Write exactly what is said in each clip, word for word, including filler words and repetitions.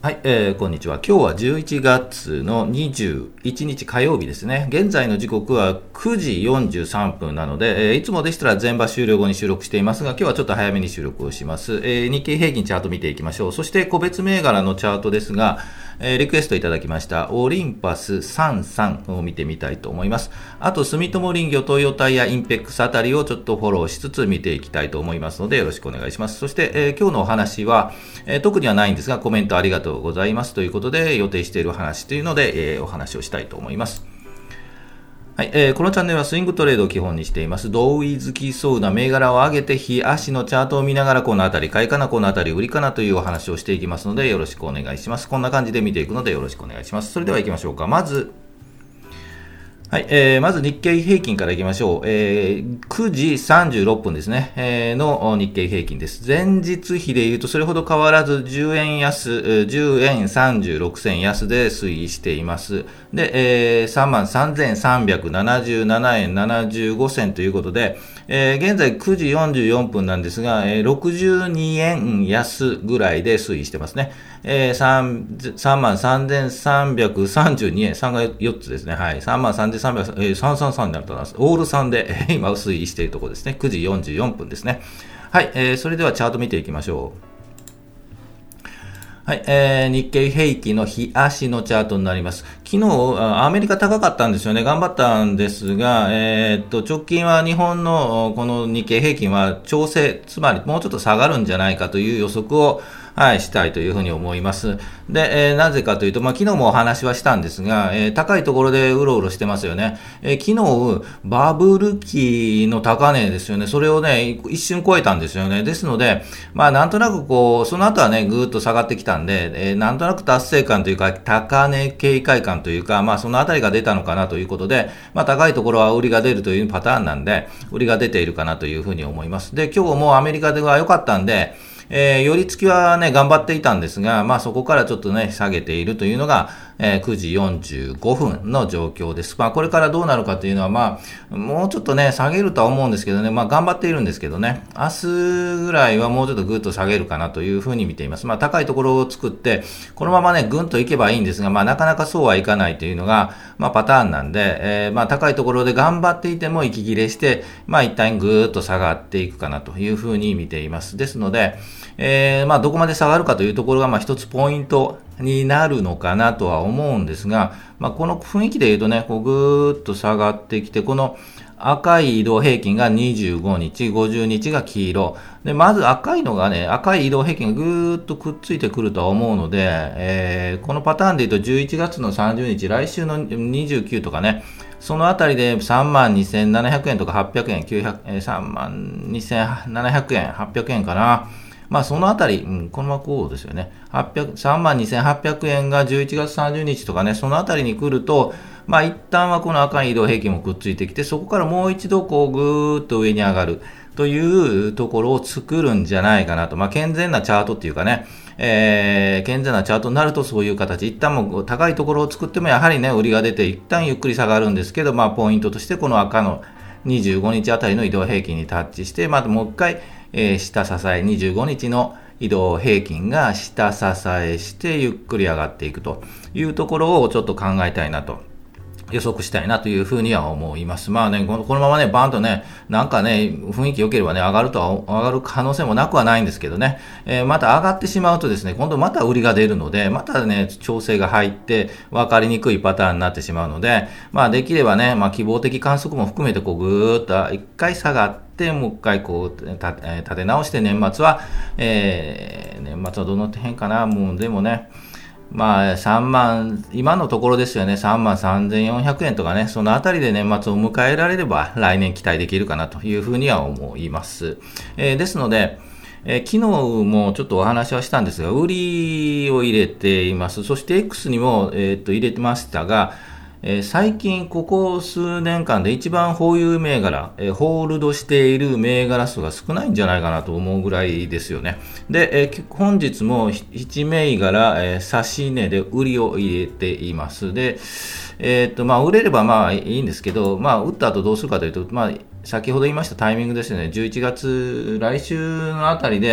はい、えー、こんにちは。今日はじゅういちがつのにじゅういちにち火曜日ですね。現在の時刻はくじよんじゅうさんぷんなので、えー、いつもでしたら前場終了後に収録していますが、今日はちょっと早めに収録をします。えー、日経平均チャート見ていきましょう。そして個別銘柄のチャートですが、えー、リクエストいただきましたオリンパスさんじゅうさんを見てみたいと思います。あと住友林業、トヨタやインペックスあたりをちょっとフォローしつつ見ていきたいと思いますのでよろしくお願いします。そして、えー、今日のお話は、えー、特にはないんですがコメントありがとうございますということで予定している話というので、えー、お話をしたいと思います。はい、えー、このチャンネルはスイングトレードを基本にしています。同意づきそうな銘柄を上げて日足のチャートを見ながらこのあたり買いかなこのあたり売りかなというお話をしていきますのでよろしくお願いします。こんな感じで見ていくのでよろしくお願いします。それでは行きましょうか。まずはい、えー、まず日経平均からいきましょう。えー、くじさんじゅうろっぷんですね、えー、の日経平均です。前日比で言うとそれほど変わらずじゅうえん安、じゅうえんさんじゅうろくせん安で推移しています。で、えー、さんまんさんぜんさんびゃくななじゅうななえんななじゅうごせんということで、えー、現在くじよんじゅうよんぷんなんですが、えー、ろくじゅうにえん安ぐらいで推移してますね。えー、さんまんさんぜんさんびゃくさんじゅうにえん、さんがよっつですね。はい。さんまんさんぜんさんびゃく、えー、さんさんさんになると思います。オールさんで今推移しているところですね。くじよんじゅうよんぷんですね。はい。えー、それではチャート見ていきましょう。はい、えー、日経平均の日足のチャートになります。昨日、アメリカ高かったんですよね。頑張ったんですが、えー、っと、直近は日本のこの日経平均は調整、つまりもうちょっと下がるんじゃないかという予測をはい、したいというふうに思います。で、えー、なぜかというと、まあ、昨日もお話はしたんですが、えー、高いところでうろうろしてますよね。えー、昨日、バブル期の高値ですよね。それをね、一瞬超えたんですよね。ですので、まあ、なんとなくこう、その後はね、ぐーっと下がってきたんで、えー、なんとなく達成感というか、高値警戒感というか、まあ、そのあたりが出たのかなということで、まあ、高いところは売りが出るというパターンなんで、売りが出ているかなというふうに思います。で、今日もアメリカでは良かったんで、えー、寄り付きはね、頑張っていたんですが、まあそこからちょっとね、下げているというのが、えー、くじよんじゅうごふんの状況です。まあこれからどうなるかというのは、まあ、もうちょっとね、下げるとは思うんですけどね、まあ頑張っているんですけどね、明日ぐらいはもうちょっとぐっと下げるかなというふうに見ています。まあ高いところを作って、このままね、ぐんといけばいいんですが、まあなかなかそうはいかないというのが、まあパターンなんで、えー、まあ高いところで頑張っていても息切れして、まあ一旦ぐーっと下がっていくかなというふうに見ています。ですので、えー、まあどこまで下がるかというところがまあ一つポイントになるのかなとは思うんですが、まあこの雰囲気で言うとね、こうぐーっと下がってきて、この赤い移動平均がにじゅうごにち、ごじゅうにちが黄色。で、まず赤いのがね、赤い移動平均がぐーっとくっついてくるとは思うので、えー、このパターンで言うとじゅういちがつのさんじゅうにち、来週のにじゅうくとかね、そのあたりでさんまんにせんななひゃくえんとかはっぴゃくえん、きゅうひゃく、えー、さんまんにせんななひゃくえん、はっぴゃくえんかな。まあそのあたり、うん、このままこうですよね。さんまんにせんはっぴゃくえんがじゅういちがつさんじゅうにちとかね、そのあたりに来ると、まあ一旦はこの赤い移動平均もくっついてきて、そこからもう一度こうぐーっと上に上がるというところを作るんじゃないかなと。まあ健全なチャートっていうかね、えー、健全なチャートになるとそういう形、一旦も高いところを作ってもやはりね、売りが出て一旦ゆっくり下がるんですけど、まあポイントとしてこの赤のにじゅうごにちあたりの移動平均にタッチして、またもう一回、えー、下支え、にじゅうごにちの移動平均が下支えしてゆっくり上がっていくというところをちょっと考えたいなと。予測したいなというふうには思います。まあね、この、このままね、バーンとね、なんかね、雰囲気良ければね、上がるとは、上がる可能性もなくはないんですけどね、えー、また上がってしまうとですね、今度また売りが出るので、またね、調整が入って、分かりにくいパターンになってしまうので、まあできればね、まあ希望的観測も含めて、こう、ぐーっと一回下がって、もう一回こう、立て直して年末は、えー、年末はどの辺かな、もうでもね、まあ、さんまん、今のところですよね、さんまんさんぜんよんひゃくえんとかね、そのあたりで年末を迎えられれば、来年期待できるかなというふうには思います。えー、ですので、えー、昨日もちょっとお話はしたんですが、売りを入れています。そして X にも、えー、っと入れてましたが、えー、最近ここ数年間で一番保有銘柄、えー、ホールドしている銘柄数が少ないんじゃないかなと思うぐらいですよね。で、えー、本日もいち銘柄、えー、指値で売りを入れています。で、えー、っと、まあ、売れればまあいいんですけど、まあ、売った後どうするかというと、まあ、先ほど言いましたタイミングですよね。じゅういちがつ、来週のあたりで、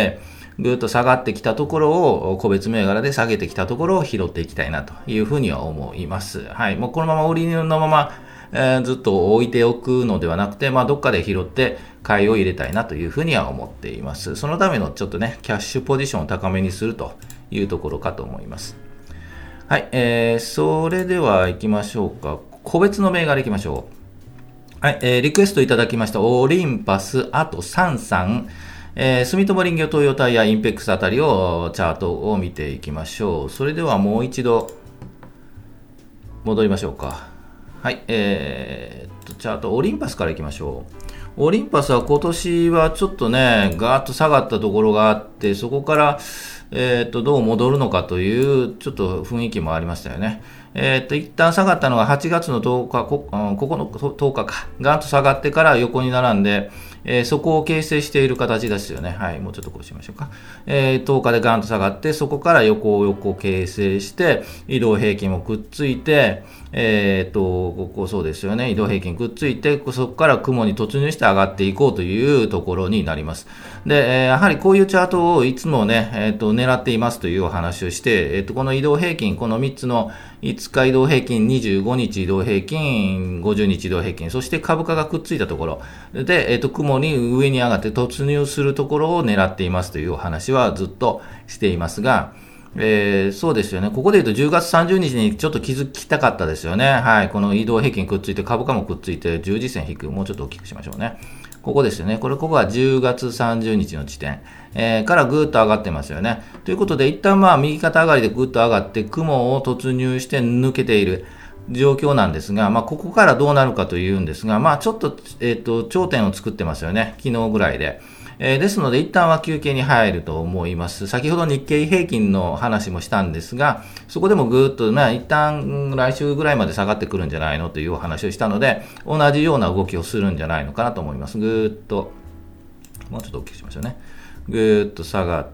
ぐーっと下がってきたところを、個別銘柄で下げてきたところを拾っていきたいなというふうには思います。はい。もうこのまま売りのまま、えー、ずっと置いておくのではなくて、まあ、どっかで拾って買いを入れたいなというふうには思っています。そのためのちょっとね、キャッシュポジションを高めにするというところかと思います。はい。えー、それでは行きましょうか。個別の銘柄行きましょう。はい。えー、リクエストいただきました。オリンパス、あとサンサン、えー、住友林業、トヨタやインペックスあたりをチャートを見ていきましょう。それではもう一度戻りましょうか。はい、えー、っとチャートオリンパスからいきましょう。オリンパスは今年はちょっとねガーッと下がったところがあって、そこから、えー、っとどう戻るのかというちょっと雰囲気もありましたよね。えー、っと一旦下がったのがはちがつのとおか、ここのとおかか、ガーッと下がってから横に並んで、えー、そこを形成している形ですよね。はい、もうちょっとこうしましょうか。えー、とおかでガーンと下がって、そこから横を横形成して、移動平均もくっついて、えー、とここそうですよね、移動平均くっついて、そこから雲に突入して上がっていこうというところになります。で、えー、やはりこういうチャートをいつもね、えー、と狙っていますというお話をして、えー、とこの移動平均、このみっつのいつか移動平均、にじゅうごにち移動平均、ごじゅうにち移動平均、そして株価がくっついたところで、えー、と雲に上に上がって突入するところを狙っていますというお話はずっとしていますが、えー、そうですよね。ここで言うとじゅうがつさんじゅうにちにちょっと気づきたかったですよね。はい。この移動平均くっついて株価もくっついて十字線引く。もうちょっと大きくしましょうね。ここですよね。これ、ここがじゅうがつさんじゅうにちの地点、えー、からぐーっと上がってますよね。ということで、一旦まあ右肩上がりでぐっと上がって雲を突入して抜けている状況なんですが、まあここからどうなるかというんですが、まあちょっと、えっと、頂点を作ってますよね。昨日ぐらいで。えー、ですので一旦は休憩に入ると思います。先ほど日経平均の話もしたんですが、そこでもぐーっと、まあ、一旦来週ぐらいまで下がってくるんじゃないのというお話をしたので、同じような動きをするんじゃないのかなと思います。ぐーっと、もうちょっと大きくしましょうね。ぐーっと下がって、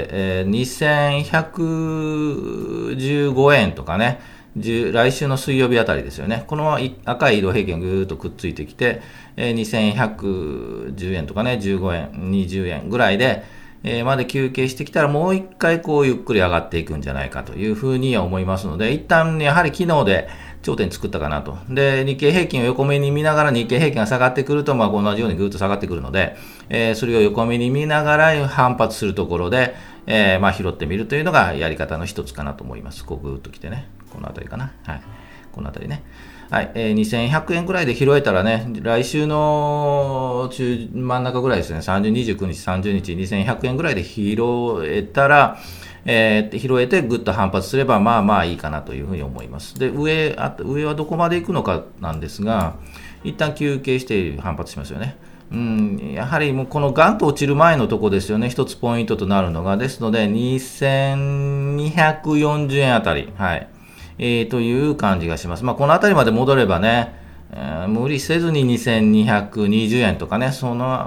えー、にせんひゃくじゅうごえんとかね、来週の水曜日あたりですよね。この赤い移動平均がぐーっとくっついてきて、にせんひゃくじゅうえんとかね、じゅうごえん、にじゅうえんぐらいで、えー、まで休憩してきたらもう一回こうゆっくり上がっていくんじゃないかというふうには思いますので、一旦やはり昨日で頂点作ったかなと。で、日経平均を横目に見ながら日経平均が下がってくると、まあ同じようにぐーっと下がってくるので、えー、それを横目に見ながら反発するところで、えー、まあ拾ってみるというのがやり方の一つかなと思います。こうぐーっと来てね。このあたりかな。はい。このあたりね。はい。えー、にせんひゃくえんくらいで拾えたらね、来週の中、真ん中ぐらいですね。さんじゅう、にじゅうくにち、さんじゅうにち、にせんひゃくえんくらいで拾えたら、えー、拾えてぐっと反発すれば、まあまあいいかなというふうに思います。で、上、あと上はどこまで行くのかなんですが、一旦休憩して反発しますよね。うん、やはりもうこのガンと落ちる前のとこですよね。一つポイントとなるのが、ですので、にせんにひゃくよんじゅうえんあたり。はい。えー、という感じがします。まあ、このあたりまで戻ればね、えー、無理せずににせんにひゃくにじゅうえんとかね、その、うん、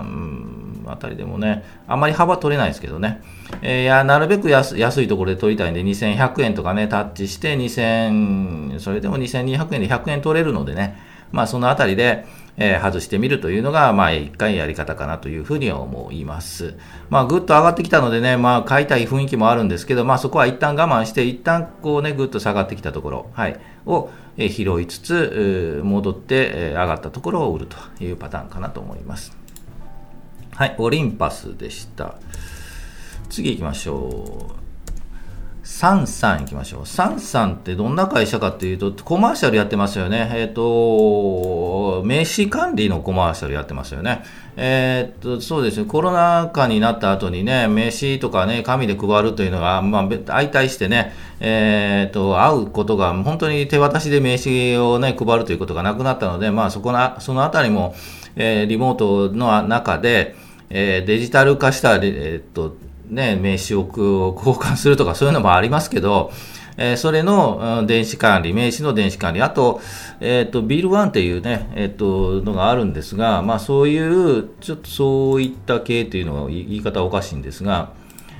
あたりでもね、あんまり幅取れないですけどね。えー、いや、なるべく安、安いところで取りたいんで、にせんひゃくえんとかね、タッチして、にせん、それでもにせんにひゃくえんでひゃくえん取れるのでね、まあ、そのあたりで、えー、外してみるというのが、まあ、一回やり方かなというふうに思います。まあ、ぐっと上がってきたのでね、まあ、買いたい雰囲気もあるんですけど、まあ、そこは一旦我慢して、一旦こうね、ぐっと下がってきたところ、はい、を、えー、拾いつつ、戻って、えー、上がったところを売るというパターンかなと思います。はい、オリンパスでした。次行きましょう。サンサン行きましょう。サンサンってどんな会社かっていうと、コマーシャルやってますよね。えっと、名刺管理のコマーシャルやってますよね。えっと、そうですね。コロナ禍になった後にね、名刺とかね、紙で配るというのが、まあ、相対してね、えっと、会うことが、本当に手渡しで名刺をね、配るということがなくなったので、まあ、そこな、そのあたりも、えー、リモートの中で、えー、デジタル化した、えっと、ね、名刺を交換するとかそういうのもありますけど、えー、それの、うん、電子管理、名刺の電子管理、あと、えっと、ビルワンっていうね、えっと、のがあるんですが、まあそういう、ちょっとそういった系というのが言い方はおかしいんですが、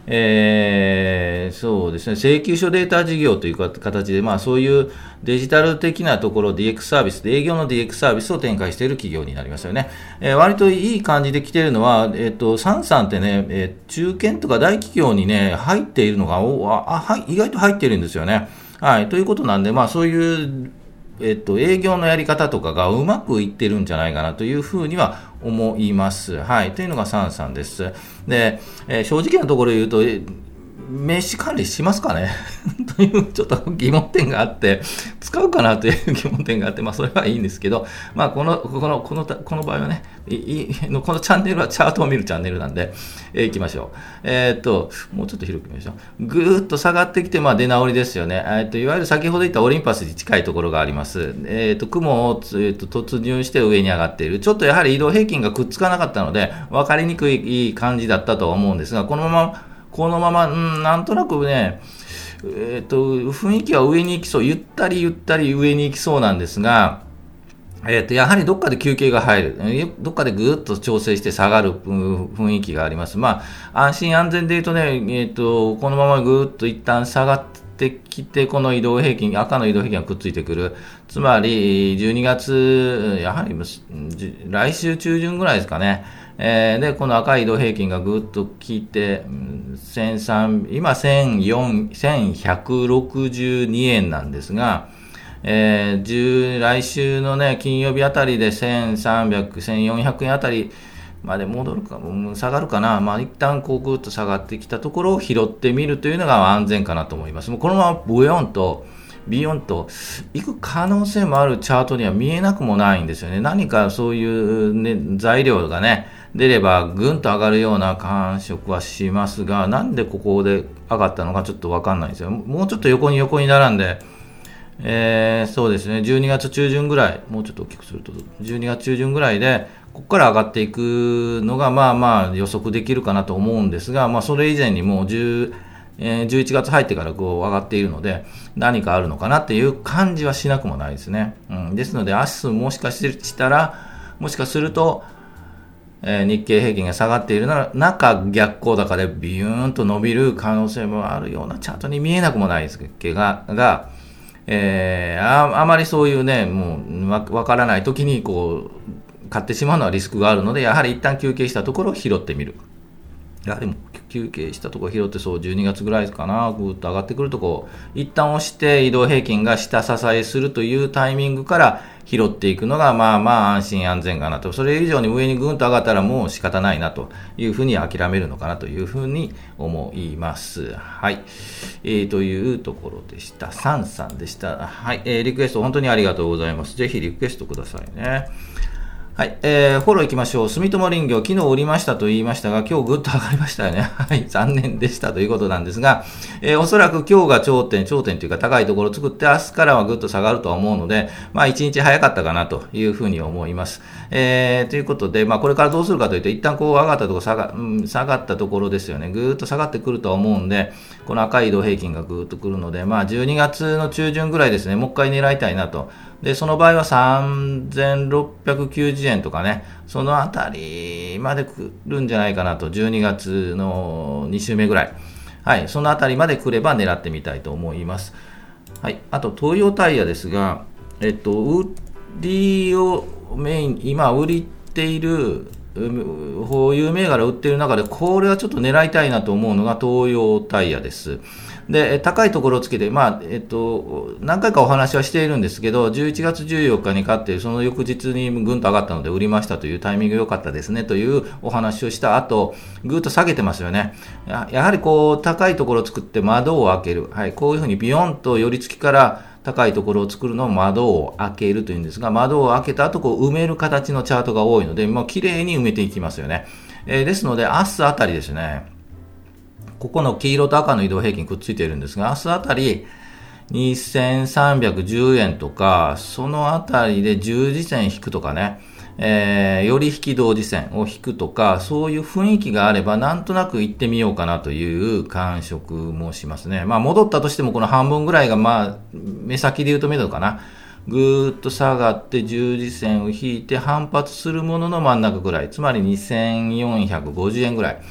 えー、そうですね、請求書データ事業という形で、まあ、そういうデジタル的なところ、ディーエックス サービス、営業の ディーエックス サービスを展開している企業になりますよね。えー、割といい感じで来ているのは、えっと、サンさんってね、えー、中堅とか大企業にね、入っているのが、おあはい、意外と入っているんですよね。はい、ということなんで、まあ、そういうえっと、営業のやり方とかがうまくいってるんじゃないかなというふうには思います。はい。というのがサンさんです。で、えー、正直なところ言うと、名刺管理しますかねというちょっと疑問点があって、使うかなという疑問点があって、まあそれはいいんですけど、まあこの、この、この、この場合はね、いいこのチャンネルはチャートを見るチャンネルなんで、えー、行きましょう。えー、っと、もうちょっと広く見ましょう。ぐーっと下がってきて、まあ出直りですよね。えー、っと、いわゆる先ほど言ったオリンパスに近いところがあります。えー、っと、雲を、えー、っと突入して上に上がっている。ちょっとやはり移動平均がくっつかなかったので、分かりにくい感じだったとは思うんですが、このまま、このまま、うん、なんとなくね、えっと、雰囲気は上に行きそう、ゆったりゆったり上に行きそうなんですが、えっと、やはりどっかで休憩が入る。どっかでぐーっと調整して下がる雰囲気があります。まあ、安心安全で言うとね、えっと、このままぐーっと一旦下がってきて、この移動平均、赤の移動平均がくっついてくる。つまり、じゅうにがつ、やはり来週中旬ぐらいですかね。えー、で、この赤い移動平均がぐっと来て、せんさん、今せんひゃくろくじゅうにえんなんですが、えー、来週のね、金曜日あたりでせんさんびゃく、せんよんひゃくえんあたりまで戻るか、下がるかな。まあ、一旦こうぐっと下がってきたところを拾ってみるというのが安全かなと思います。もうこのままブヨンと、ビヨンと行く可能性もあるチャートには見えなくもないんですよね。何かそういう、ね、材料がね、出ればぐんと上がるような感触はしますが、なんでここで上がったのかちょっとわかんないんですよ。もうちょっと横に横に並んで、えー、そうですね、じゅうにがつ中旬ぐらい、もうちょっと大きくすると、じゅうにがつ中旬ぐらいで、ここから上がっていくのが、まあまあ予測できるかなと思うんですが、まあそれ以前にもう10、えー、じゅういちがつ入ってからこう上がっているので、何かあるのかなっていう感じはしなくもないですね。うん、ですので、明日もしかしたら、もしかすると、えー、日経平均が下がっているなら、中逆行高でビューンと伸びる可能性もあるようなチャートに見えなくもないですが、がえー、あ, あまりそういうね、もうわ, わからない時にこう買ってしまうのはリスクがあるので、やはり一旦休憩したところを拾ってみる。やはり休憩したところを拾って、そうじゅうにがつぐらいかな、ぐーっと上がってくるとこう一旦押して移動平均が下支えするというタイミングから拾っていくのがまあまあ安心安全かなと。それ以上に上にぐーんと上がったらもう仕方ないなというふうに諦めるのかなというふうに思います。はい、えー、というところでした。サンさんでした。はい、えー、リクエスト本当にありがとうございます。ぜひリクエストくださいね。はい、えー、フォロー行きましょう。住友林業、昨日売りましたと言いましたが、今日ぐっと上がりましたよね。はい、残念でしたということなんですが、えー、おそらく今日が頂点、頂点というか高いところを作って、明日からはぐっと下がるとは思うので、まあ一日早かったかなというふうに思います。えー、ということで、まあこれからどうするかというと、一旦こう上がったところ、下が、うん、下がったところですよね。ぐーっと下がってくるとは思うんで、この赤い移動平均がぐーっとくるので、まあじゅうにがつの中旬ぐらいですね、もう一回狙いたいなと。で、その場合はさんぜんろっぴゃくきゅうじゅうえんとかね、そのあたりまで来るんじゃないかなと、じゅうにがつのに週目ぐらい。はい、そのあたりまで来れば狙ってみたいと思います。はい、あと、東洋タイヤですが、えっと、売りをメイン、今売りっている、保有銘柄売っている中で、これはちょっと狙いたいなと思うのが東洋タイヤです。で、高いところをつけて、まあ、えっと、何回かお話はしているんですけど、じゅういちがつじゅうよっかに買って、その翌日にぐんと上がったので売りましたというタイミング良かったですねというお話をした後、ぐーっと下げてますよね。や, やはりこう、高いところを作って窓を開ける。はい、こういうふうにビヨンと寄り付きから高いところを作るのを窓を開けるというんですが、窓を開けた後、こう埋める形のチャートが多いので、もう綺麗に埋めていきますよね。えー、ですので、明日あたりですね。ここの黄色と赤の移動平均くっついているんですが、明日あたりにせんさんびゃくじゅうえんとか、そのあたりで十字線引くとかね、えー、より引き同時線を引くとか、そういう雰囲気があれば、なんとなく行ってみようかなという感触もしますね。まあ戻ったとしてもこの半分ぐらいが、まあ、目先で言うと目処かな。ぐーっと下がって十字線を引いて反発するものの真ん中ぐらい、つまりにせんよんひゃくごじゅうえんぐらい。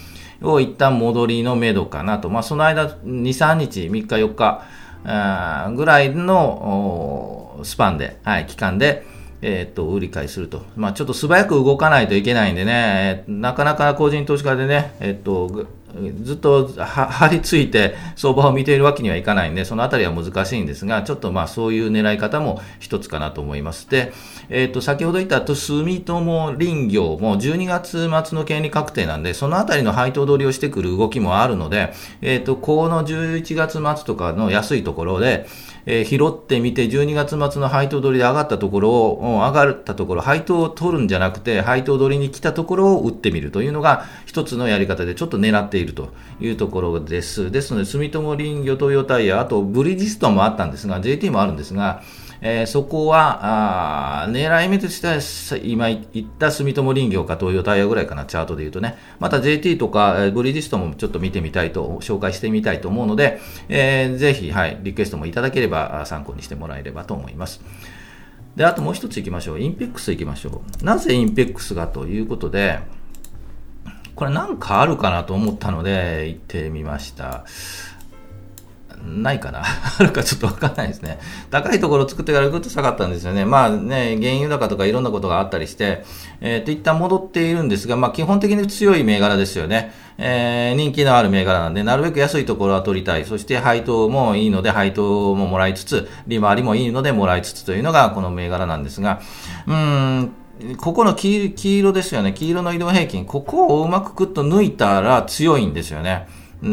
を一旦戻りのめどかなと。まあ、その間、に、さんにち、みっか、よっか、ぐらいのスパンで、はい、期間で、えー、っと、売り買いすると。まあ、ちょっと素早く動かないといけないんでね、なかなか個人投資家でね、えー、っと、ずっと張り付いて相場を見ているわけにはいかないんで、そのあたりは難しいんですが、ちょっとまあそういう狙い方も一つかなと思います。で、えっと、先ほど言ったと住友林業もじゅうにがつ末の権利確定なんで、そのあたりの配当取りをしてくる動きもあるので、えっと、このじゅういちがつ末とかの安いところで、えー、拾ってみてじゅうにがつ末の配当取りで上がったところを、上がったところ、配当を取るんじゃなくて、配当取りに来たところを売ってみるというのが一つのやり方でちょっと狙っているというところです。ですので、住友林業、トヨタイヤ、あとブリヂストンもあったんですが、ジェーティー もあるんですが、えー、そこは、あ狙い目としては、今言った住友林業かトヨタイヤぐらいかな、チャートで言うとね。また ジェーティー とか、えー、ブリヂストンもちょっと見てみたいと、紹介してみたいと思うので、えー、ぜひ、はい、リクエストもいただければ参考にしてもらえればと思います。で、あともう一つ行きましょう。インペックス行きましょう。なぜインペックスがということで、これなんかあるかなと思ったので行ってみました。ないかなあるかちょっとわかんないですね。高いところを作ってからぐっと下がったんですよね。まあね、原油高とかいろんなことがあったりして、えー、と一旦戻っているんですが、まあ基本的に強い銘柄ですよね。えー、人気のある銘柄なんで、なるべく安いところは取りたい。そして配当もいいので、配当ももらいつつ、利回りもいいのでもらいつつというのがこの銘柄なんですが、うーん、ここの 黄, 黄色ですよね。黄色の移動平均。ここをうまくくっと抜いたら強いんですよね。うん、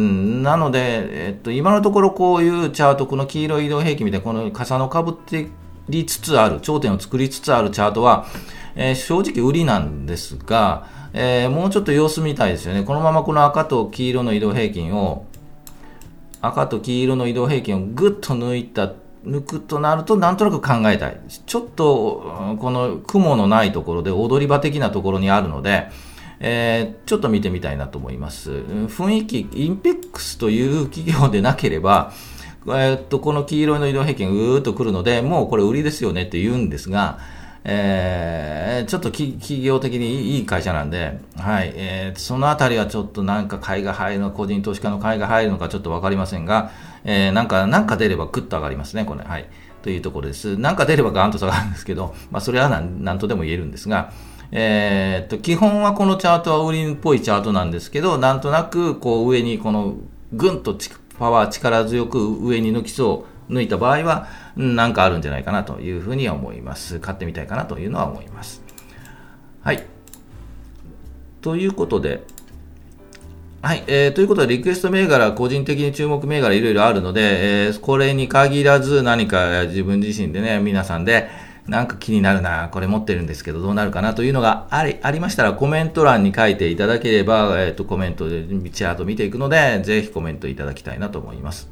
なので、えっと、今のところこういうチャート、この黄色い移動平均みたいな、この傘のかぶってりつつある、頂点を作りつつあるチャートは、えー、正直売りなんですが、えー、もうちょっと様子見たいですよね。このままこの赤と黄色の移動平均を、赤と黄色の移動平均をぐっと抜いた、抜くとなると、なんとなく考えたい。ちょっと、この雲のないところで踊り場的なところにあるので、えー、ちょっと見てみたいなと思います。雰囲気、インペックスという企業でなければ、えー、っと、この黄色いの移動平均ぐーっと来るので、もうこれ売りですよねって言うんですが、えー、ちょっと企業的にいい会社なんで、はい、えー、そのあたりはちょっとなんか買いが入るのか、個人投資家の買いが入るのかちょっとわかりませんが、えー、なんか、なんか出ればグッと上がりますね、これ。はい。というところです。なんか出ればガーンと下がるんですけど、まあ、それはなん、なんとでも言えるんですが、えー、っと、基本はこのチャートは売りっぽいチャートなんですけど、なんとなく、こう上にこの、ぐんとパワー力強く上に抜きそう、抜いた場合は、なんかあるんじゃないかなというふうには思います。買ってみたいかなというのは思います。はい。ということで、はい、えー、ということで、リクエスト銘柄、個人的に注目銘柄いろいろあるので、えー、これに限らず何か自分自身でね、皆さんで、なんか気になるな、これ持ってるんですけどどうなるかなというのがあり、ありましたらコメント欄に書いていただければ、えっと、コメントでチャート見ていくので、ぜひコメントいただきたいなと思います。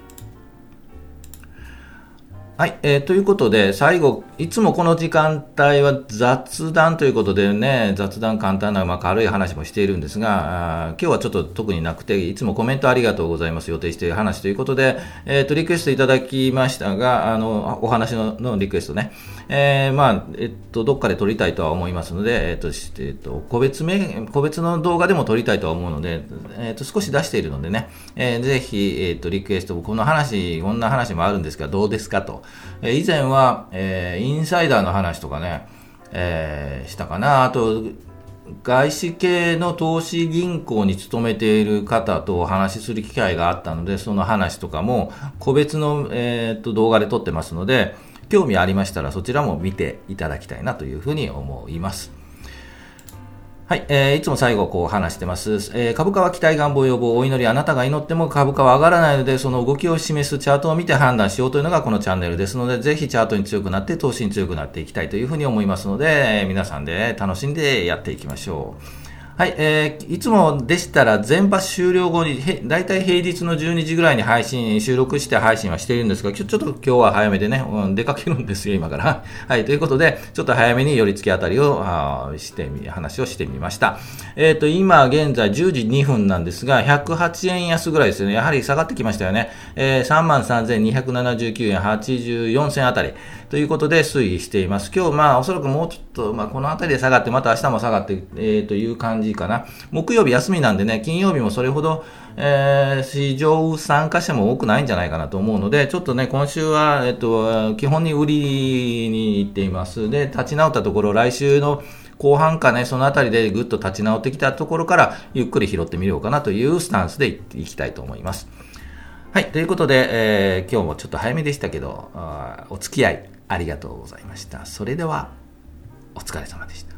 はい、えー、ということで、最後、いつもこの時間帯は雑談ということでね、雑談簡単な、まあ、軽い話もしているんですが、今日はちょっと特になくて、いつもコメントありがとうございます、予定している話ということで、えっと、リクエストいただきましたが、あの、お話の、のリクエストね、えー、まあ、えっと、どっかで撮りたいとは思いますので、えっと、えっと、個別名、個別の動画でも撮りたいとは思うので、えっと、少し出しているのでね、えー、ぜひ、えっと、リクエスト、この話、こんな話もあるんですが、どうですかと。以前は、えー、インサイダーの話とかね、えー、したかな。あと、外資系の投資銀行に勤めている方とお話しする機会があったので、その話とかも個別の、えー、と動画で撮ってますので、興味ありましたらそちらも見ていただきたいなというふうに思います。はい、えー、いつも最後こう話してます、えー、株価は期待願望予防お祈りあなたが祈っても株価は上がらないのでその動きを示すチャートを見て判断しようというのがこのチャンネルですのでぜひチャートに強くなって投資に強くなっていきたいというふうに思いますので、えー、皆さんで楽しんでやっていきましょう。はい、えー、いつもでしたら全場終了後にだいたい平日のじゅうにじぐらいに配信収録して配信はしているんですがちょっと今日は早めでね、うん、出かけるんですよ今からはいということでちょっと早めに寄り付きあたりをあしてみ話をしてみました。えっと今現在じゅうじにふんなんですがひゃくはちえん安ぐらいですよね。やはり下がってきましたよね。えー、さんまんさんぜんにひゃくななじゅうきゅうえんはちじゅうよんせんあたりということで推移しています。今日まあおそらくもうちょっとまあこのあたりで下がってまた明日も下がって、えー、という感じじかな。木曜日休みなんでね、金曜日もそれほど、えー、市場参加者も多くないんじゃないかなと思うので、ちょっとね、今週は、えっと、基本に売りに行っています。で、立ち直ったところ、来週の後半かね、そのあたりでぐっと立ち直ってきたところから、ゆっくり拾ってみようかなというスタンスでいきたいと思います。はい、ということで、えー、今日もちょっと早めでしたけど、お付き合いありがとうございました。それでは、お疲れ様でした。